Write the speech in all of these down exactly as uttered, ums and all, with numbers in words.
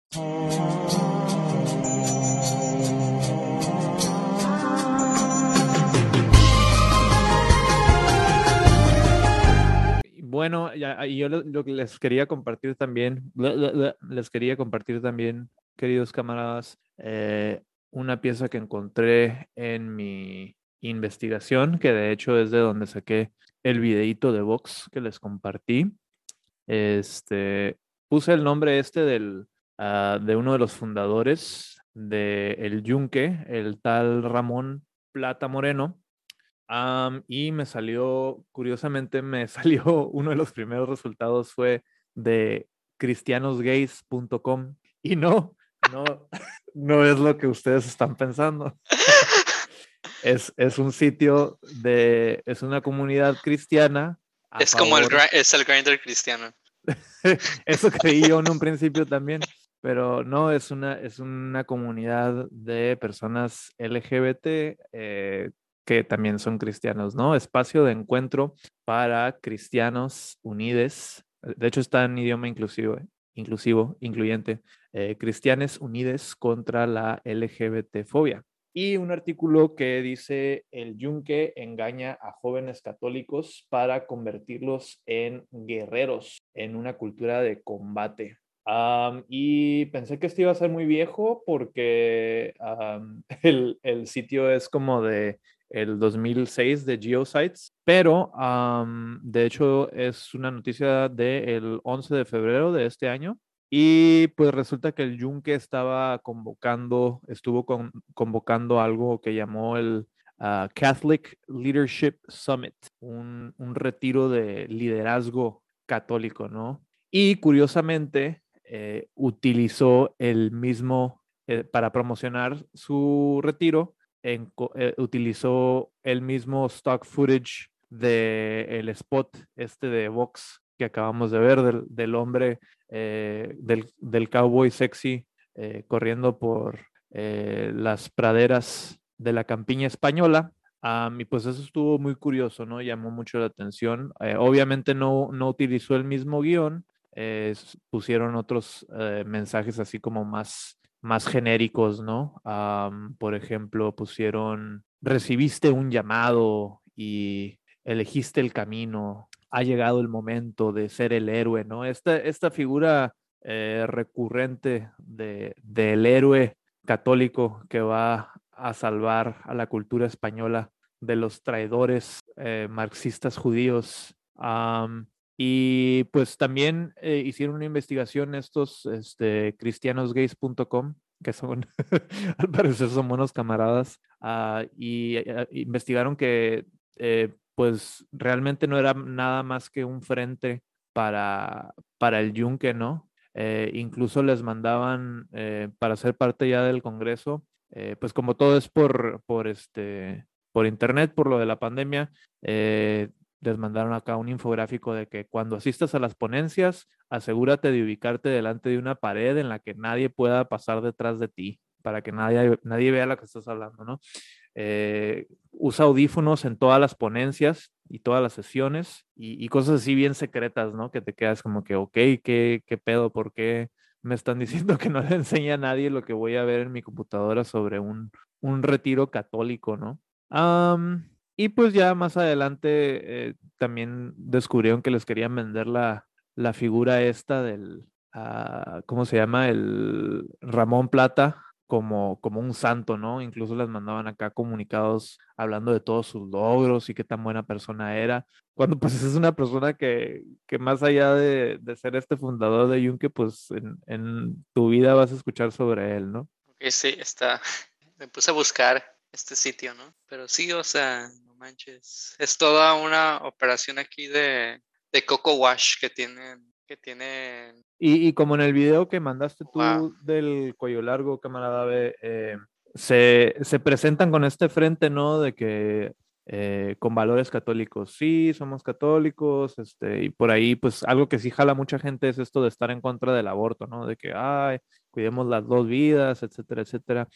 Bueno, ya, y yo lo, lo que les quería compartir también, le- le- le- les quería compartir también, queridos camaradas, eh, una pieza que encontré en mi investigación, que de hecho es de donde saqué el videíto de Vox que les compartí. Este, puse el nombre este del, ah, de uno de los fundadores de El Yunque, el tal Ramón Plata Moreno. Am, y me salió, curiosamente, me salió uno de los primeros resultados fue de cristianos gays punto com y no, no, no es lo que ustedes están pensando. Es, es un sitio de, es una comunidad cristiana a Es como el, favor. es el Grindr cristiano. Eso creí yo en un principio también, pero no, es una, es una comunidad de personas L G B T eh, que también son cristianos, ¿no? Espacio de encuentro para cristianos unides. De hecho, está en idioma inclusivo, eh, inclusivo, incluyente. Eh, Cristianes unides contra la L G B T fobia. Y un artículo que dice el yunque engaña a jóvenes católicos para convertirlos en guerreros en una cultura de combate. Um, y pensé que este iba a ser muy viejo porque um, el, el, sitio es como de el dos mil seis de Geosites, pero um, de hecho es una noticia del once de febrero de este año. Y pues resulta que el yunque estaba convocando, estuvo con, convocando algo que llamó el uh, Catholic Leadership Summit, un, un retiro de liderazgo católico, ¿no? Y curiosamente eh, utilizó el mismo, eh, para promocionar su retiro, en, eh, utilizó el mismo stock footage del spot este de Vox que acabamos de ver, del, del hombre, eh, del, del cowboy sexy eh, corriendo por eh, las praderas de la campiña española. Um, y pues eso estuvo muy curioso, ¿no? Llamó mucho la atención. Eh, obviamente no, no utilizó el mismo guión, eh, pusieron otros eh, mensajes así como más, más genéricos, ¿no? Um, por ejemplo, pusieron, recibiste un llamado y elegiste el camino, ha llegado el momento de ser el héroe, ¿no? Esta, esta figura eh, recurrente de, del héroe católico que va a salvar a la cultura española de los traidores eh, marxistas judíos. Um, y pues también eh, hicieron una investigación estos este, cristianos gays punto com, que son, al parecer son buenos camaradas, uh, y uh, investigaron que eh, pues realmente no era nada más que un frente para, para el yunque, ¿no? Eh, incluso les mandaban eh, para ser parte ya del Congreso, eh, pues como todo es por, por, este, por internet, por lo de la pandemia, eh, les mandaron acá un infográfico de que cuando asistas a las ponencias, asegúrate de ubicarte delante de una pared en la que nadie pueda pasar detrás de ti, para que nadie, nadie vea lo que estás hablando, ¿no? Eh, usa audífonos en todas las ponencias y todas las sesiones y, y cosas así bien secretas, ¿no? Que te quedas como que, ok, ¿qué, qué pedo? ¿Por qué me están diciendo que no le enseña a nadie lo que voy a ver en mi computadora sobre un, un retiro católico, ¿no? Um, y pues ya más adelante eh, también descubrieron que les querían vender la, la figura esta del, uh, ¿cómo se llama? El Ramón Plata como, como un santo, ¿no? Incluso les mandaban acá comunicados hablando de todos sus logros y qué tan buena persona era, cuando pues es una persona que, que más allá de, de ser este fundador de Yunque, pues en, en tu vida vas a escuchar sobre él, ¿no? Ok, sí, está. Me puse a buscar este sitio, ¿no? Pero sí, o sea, no manches. Es toda una operación aquí de, de Coco Wash que tienen, que tienen. Y, y como en el video que mandaste Wow. tú del cuello largo, camarada B, eh, se, se presentan con este frente, ¿no? De que eh, con valores católicos, sí, somos católicos, este, y por ahí, pues algo que sí jala mucha gente es esto de estar en contra del aborto, ¿no? De que, ay, cuidemos las dos vidas, etcétera, etcétera.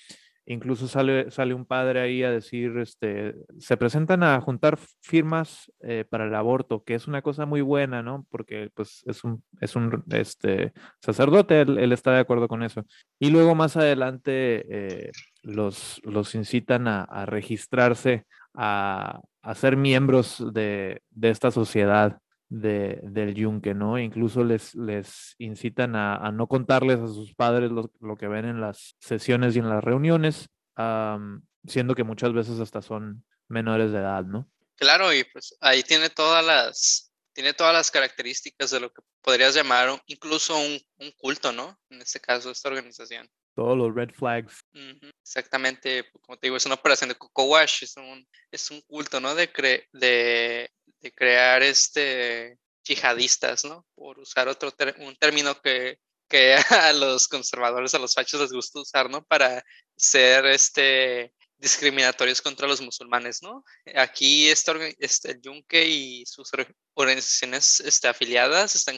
Incluso sale, sale un padre ahí a decir, este, se presentan a juntar firmas eh, para el aborto, que es una cosa muy buena, ¿no? Porque pues es un, es un este, sacerdote, él, él está de acuerdo con eso. Y luego más adelante eh, los, los incitan a, a registrarse, a, a ser miembros de, de esta sociedad de, del yunque, ¿no? Incluso les, les incitan a, a no contarles a sus padres lo, lo que ven en las sesiones y en las reuniones, am, siendo que muchas veces hasta son menores de edad, ¿no? Claro, y pues ahí tiene todas las, tiene todas las características de lo que podrías llamar un- incluso un, un culto, ¿no? En este caso, esta organización. Todos los red flags. Ujú, exactamente, como te digo, es una operación de Coco Wash, es un, es un culto, ¿no? De, cre- de, de crear este yihadistas, ¿no? Por usar otro ter- un término que, que a los conservadores, a los fachos les gusta usar, ¿no? Para ser este discriminatorios contra los musulmanes, ¿no? Aquí este, orga- este el Yunque y sus or- organizaciones este, afiliadas están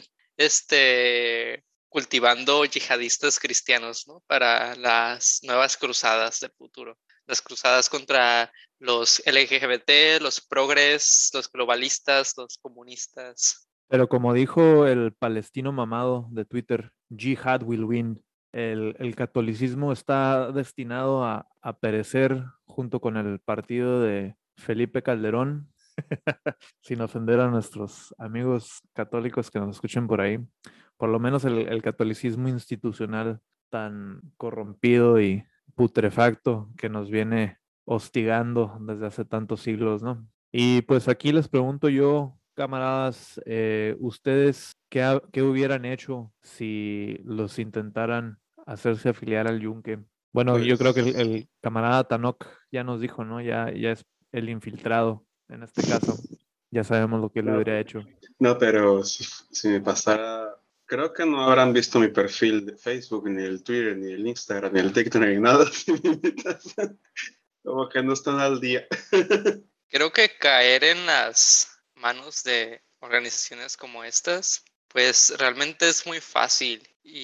este cultivando yihadistas cristianos, ¿no? Para las nuevas cruzadas del futuro. Las cruzadas contra los L G B T, los progres, los globalistas, los comunistas. Pero como dijo el palestino mamado de Twitter, Jihad will win. El, el catolicismo está destinado a, a perecer junto con el partido de Felipe Calderón, sin ofender a nuestros amigos católicos que nos escuchen por ahí. Por lo menos el, el catolicismo institucional tan corrompido y putrefacto que nos viene hostigando desde hace tantos siglos, ¿no? Y pues aquí les pregunto yo, camaradas, eh, ¿ustedes qué, ha- qué hubieran hecho si los intentaran hacerse afiliar al Yunque? Bueno, yo creo que el, Pues, el camarada Tanok ya nos dijo, ¿no? Ya, ya es el infiltrado en este caso. Ya sabemos lo que él no, hubiera hecho. no, pero si, si me pasara, creo que no habrán visto mi perfil de Facebook, ni el Twitter, ni el Instagram, ni el TikTok, ni nada. Si me invitas. Como que no están al día. Creo que caer en las manos de organizaciones como estas, pues realmente es muy fácil.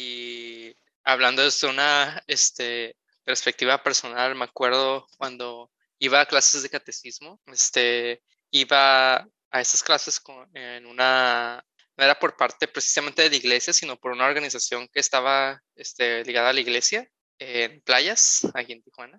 Y hablando desde una este, perspectiva personal, me acuerdo cuando iba a clases de catecismo, este, iba a esas clases con, en una, no era por parte precisamente de la iglesia, sino por una organización que estaba este, ligada a la iglesia en playas, aquí en Tijuana.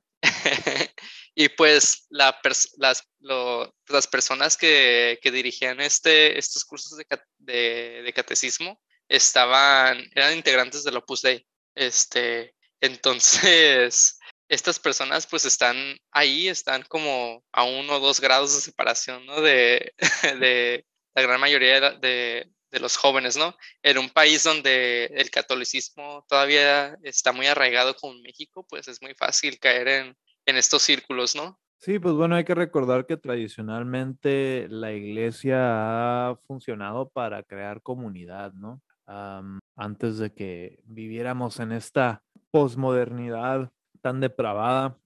Y pues la pers las, lo, las personas que, que dirigían este, estos cursos de, de, de, catecismo estaban, eran integrantes del Opus Dei. Este, entonces, estas personas pues están ahí, están como a uno o dos grados de separación, ¿no? De, de la gran mayoría de, de, de los jóvenes, ¿no? En un país donde el catolicismo todavía está muy arraigado como México, pues es muy fácil caer en en estos círculos, ¿no? Sí, pues bueno, hay que recordar que tradicionalmente la iglesia ha funcionado para crear comunidad, ¿no? Am, antes de que viviéramos en esta posmodernidad tan depravada,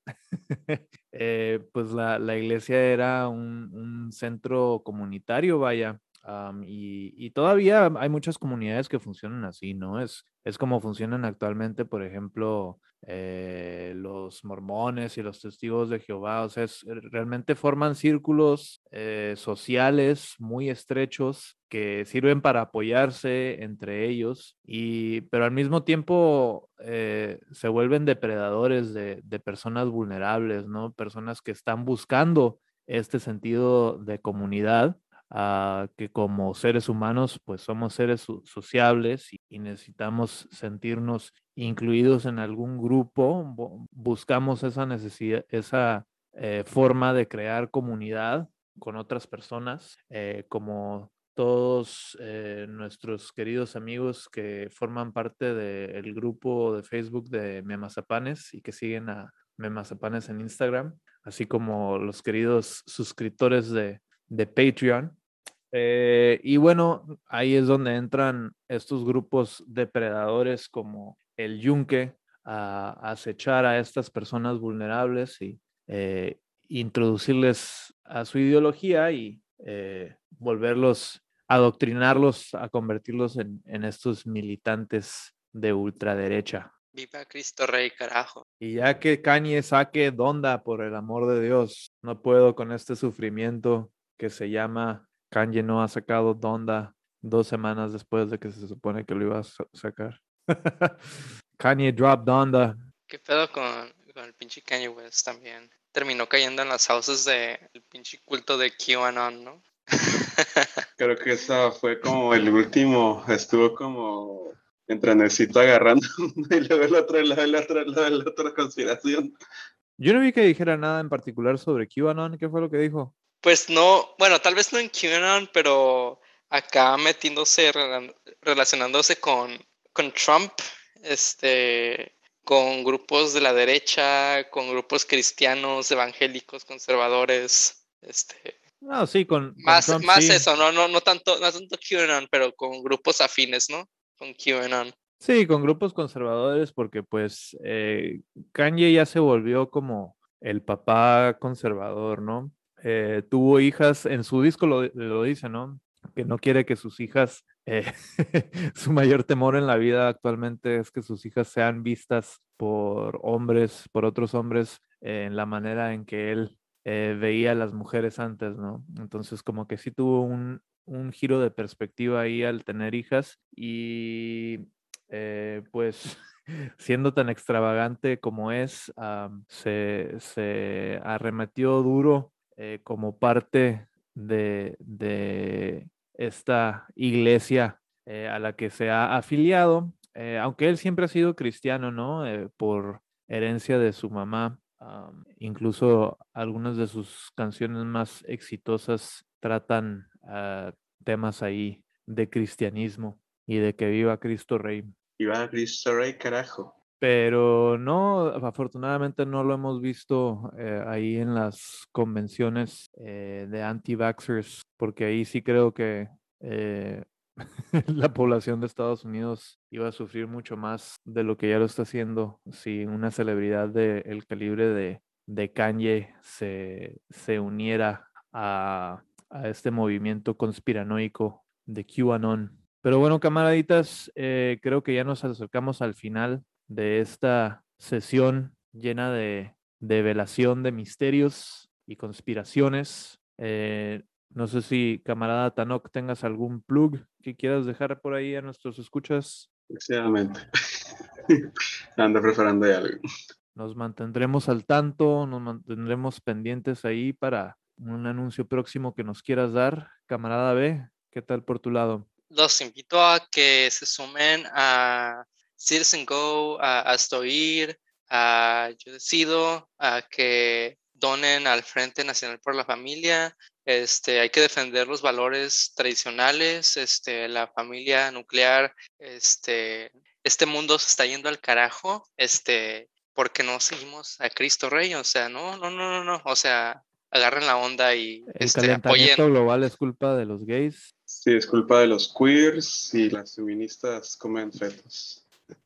eh, pues la, la iglesia era un, un centro comunitario, vaya. Am, y, y todavía hay muchas comunidades que funcionan así, ¿no? Es, es como funcionan actualmente, por ejemplo, eh, los mormones y los testigos de Jehová. O sea, es- realmente forman círculos eh, sociales muy estrechos que sirven para apoyarse entre ellos, y, pero al mismo tiempo eh, se vuelven depredadores de, de personas vulnerables, ¿no? Personas que están buscando este sentido de comunidad, uh, que como seres humanos pues somos seres so sociables y, y necesitamos sentirnos incluidos en algún grupo, buscamos esa necesidad, esa eh, forma de crear comunidad con otras personas, eh, como todos eh, nuestros queridos amigos que forman parte del grupo de Facebook de Memazapanes y que siguen a Memazapanes en Instagram, así como los queridos suscriptores de, de Patreon. Eh, y bueno, ahí es donde entran estos grupos depredadores como el Yunque a, a acechar a estas personas vulnerables y eh, introducirles a su ideología y eh, volverlos, adoctrinarlos, a convertirlos en, en estos militantes de ultraderecha. Viva Cristo Rey, carajo. Y ya que Kanye saque Donda, por el amor de Dios, no puedo con este sufrimiento que se llama Kanye no ha sacado Donda dos semanas después de que se supone que lo iba a sa- sacar. Kanye drop Donda. ¿Qué pedo con, con el pinche Kanye West también? Terminó cayendo en las houses del pinche culto de QAnon, ¿no? Creo que esa fue como el último, estuvo como entre necesito agarrando uno y luego el otro, el otro, el otro, el otro, el otro conspiración. Yo no vi que dijera nada en particular sobre QAnon. ¿Qué fue lo que dijo? Pues no, bueno, tal vez no en QAnon, pero acá metiéndose, rela- relacionándose con, con Trump, este, con grupos de la derecha, con grupos cristianos, evangélicos, conservadores, este, No, sí, con, con más, Trump más sí. eso, no, no, no tanto, no tanto QAnon, pero con grupos afines, ¿no? Con QAnon. Sí, con grupos conservadores, porque pues eh, Kanye ya se volvió como el papá conservador, ¿no? Eh, tuvo hijas, en su disco lo, lo dice, ¿no? Que no quiere que sus hijas, eh, su mayor temor en la vida actualmente es que sus hijas sean vistas por hombres, por otros hombres, eh, en la manera en que él eh, veía a las mujeres antes, ¿no? Entonces como que sí tuvo un, un giro de perspectiva ahí al tener hijas y eh, pues siendo tan extravagante como es, am, se, se arremetió duro eh, como parte de, de esta iglesia eh, a la que se ha afiliado, eh, aunque él siempre ha sido cristiano, ¿no? Eh, por herencia de su mamá. Am, incluso algunas de sus canciones más exitosas tratan ah, temas ahí de cristianismo y de que viva Cristo Rey. Y va a Cristo Rey, carajo. Pero no, afortunadamente no lo hemos visto eh, ahí en las convenciones eh, de anti-vaxxers, porque ahí sí creo que eh, la población de Estados Unidos iba a sufrir mucho más de lo que ya lo está haciendo si una celebridad del calibre de, de Kanye se, se uniera a, a este movimiento conspiranoico de QAnon. Pero bueno, camaraditas, eh, creo que ya nos acercamos al final de esta sesión llena de, de velación de misterios y conspiraciones. Eh, no sé si, camarada Tanok, tengas algún plug que quieras dejar por ahí a nuestros escuchas. Excesivamente. Ando preparando ya algo. Nos mantendremos al tanto, nos mantendremos pendientes ahí para un anuncio próximo que nos quieras dar. Camarada B, ¿qué tal por tu lado? Los invito a que se sumen a Citizen Go, a Hasta Oír, a Yo Decido, a que donen al Frente Nacional por la Familia. Este, hay que defender los valores tradicionales, este, la familia nuclear. Este, este mundo se está yendo al carajo, este, porque no seguimos a Cristo Rey. O sea, no, no, no, no, no. O sea, agarren la onda y El este, apoyen. calentamiento global es culpa de los gays. Sí, es culpa de los queers y las feministas comen fetos.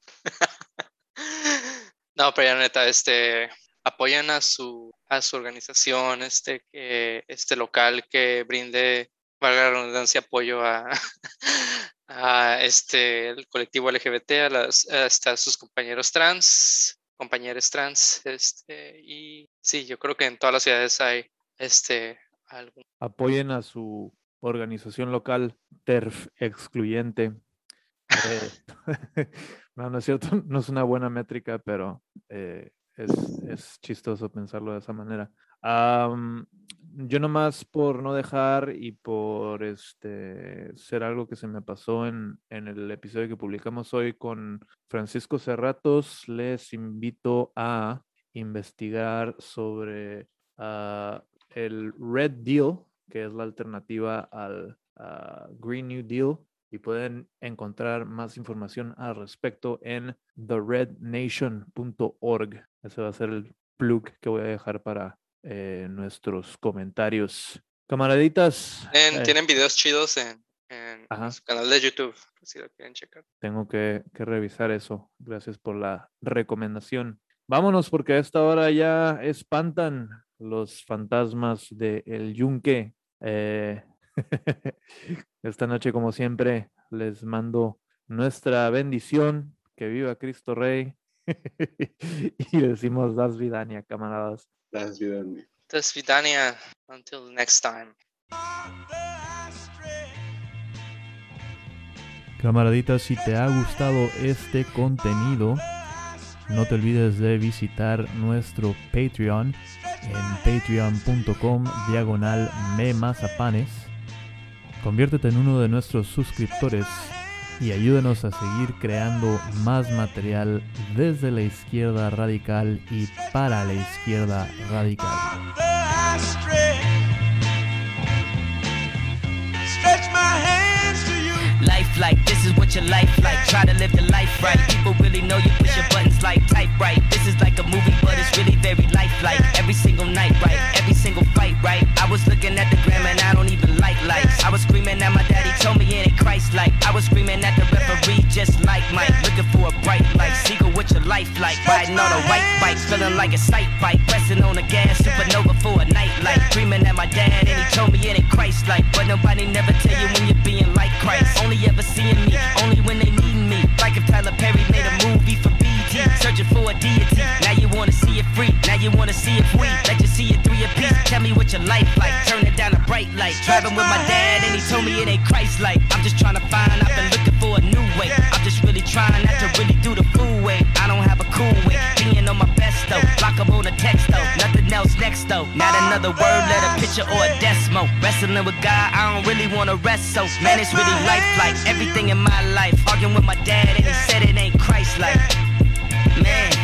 No, pero ya neta, este, apoyan a su, a su organización, este, que, este local que brinde, valga la redundancia, apoyo a, a este, el colectivo L G B T, a las, hasta sus compañeros trans, compañeros trans, este, y sí, yo creo que en todas las ciudades hay, este, algún. Apoyen a su organización local T E R F excluyente. Eh, no, no es cierto, no es una buena métrica, pero eh, es, es chistoso pensarlo de esa manera. Am, yo nomás por no dejar y por este ser algo que se me pasó en, en el episodio que publicamos hoy con Francisco Cerratos, les invito a investigar sobre ah, el Red Deal, que es la alternativa al ah, Green New Deal, y pueden encontrar más información al respecto en the red nation punto org. Ese va a ser el plug que voy a dejar para eh, nuestros comentarios. Camaraditas, Tienen, eh, tienen videos chidos en, en, en ajá, su canal de YouTube, si lo quieren checar. tengo que, que revisar eso. Gracias por la recomendación. Vámonos porque a esta hora ya espantan los fantasmas de El Yunque. Eh, esta noche, como siempre, les mando nuestra bendición. Que viva Cristo Rey. Y decimos Das Vidania, camaradas. Das Vidania. Das Vidania. Until next time. Camaradita, si te ha gustado este contenido, no te olvides de visitar nuestro Patreon en patreon.com diagonal memazapanes. Conviértete en uno de nuestros suscriptores y ayúdanos a seguir creando más material desde la izquierda radical y para la izquierda radical. Life like, this is what your life like. Try to live the life right. People really know you push your buttons like type right. This is like a movie, but it's really very lifelike. Every single night, right? Every single fight, right? I was looking at the gram and I don't even like lights. I was screaming at my daddy, told me it ain't Christ-like. I was screaming at the referee, just like Mike. Looking for a bright light. Seagull, what your life like? Riding on a white bike, feeling like a sight bike. Pressing on the gas, supernova for a night light. Dreaming at my dad and he told me it ain't Christ-like. But nobody never tell you when you're being like Christ. Only ever seeing me, only when they need me. Like if Tyler Perry made a movie for B E T, searching for a deity. Now you wanna see it free, now you wanna see it free. Let you see it three a piece. Tell me what your life like. Turn it down a bright light. Driving with my dad and he told me it ain't Christ-like. I'm just trying to find, I've been looking for a new way. I'm just really trying not to really do the fool way. I don't have a cool way, being on my best though. Lock up on a text though, nothing else next though. Not another word, let a picture or a decimal. Wrestling with God, I don't really wanna rest so. Man, it's really lifelike. Everything in my life, arguing with my dad and he said it ain't Christ-like. Man,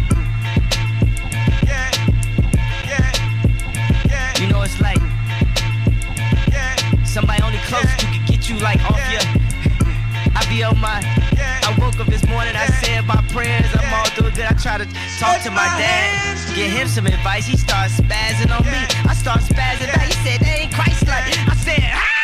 you know it's like somebody only close to can get you like off your. I be on my. I woke up this morning, I said my prayers, I'm all doing good. I try to talk to my dad, get him some advice. He starts spazzing on me, I start spazzing back. He said that ain't Christ-like. I said, ah!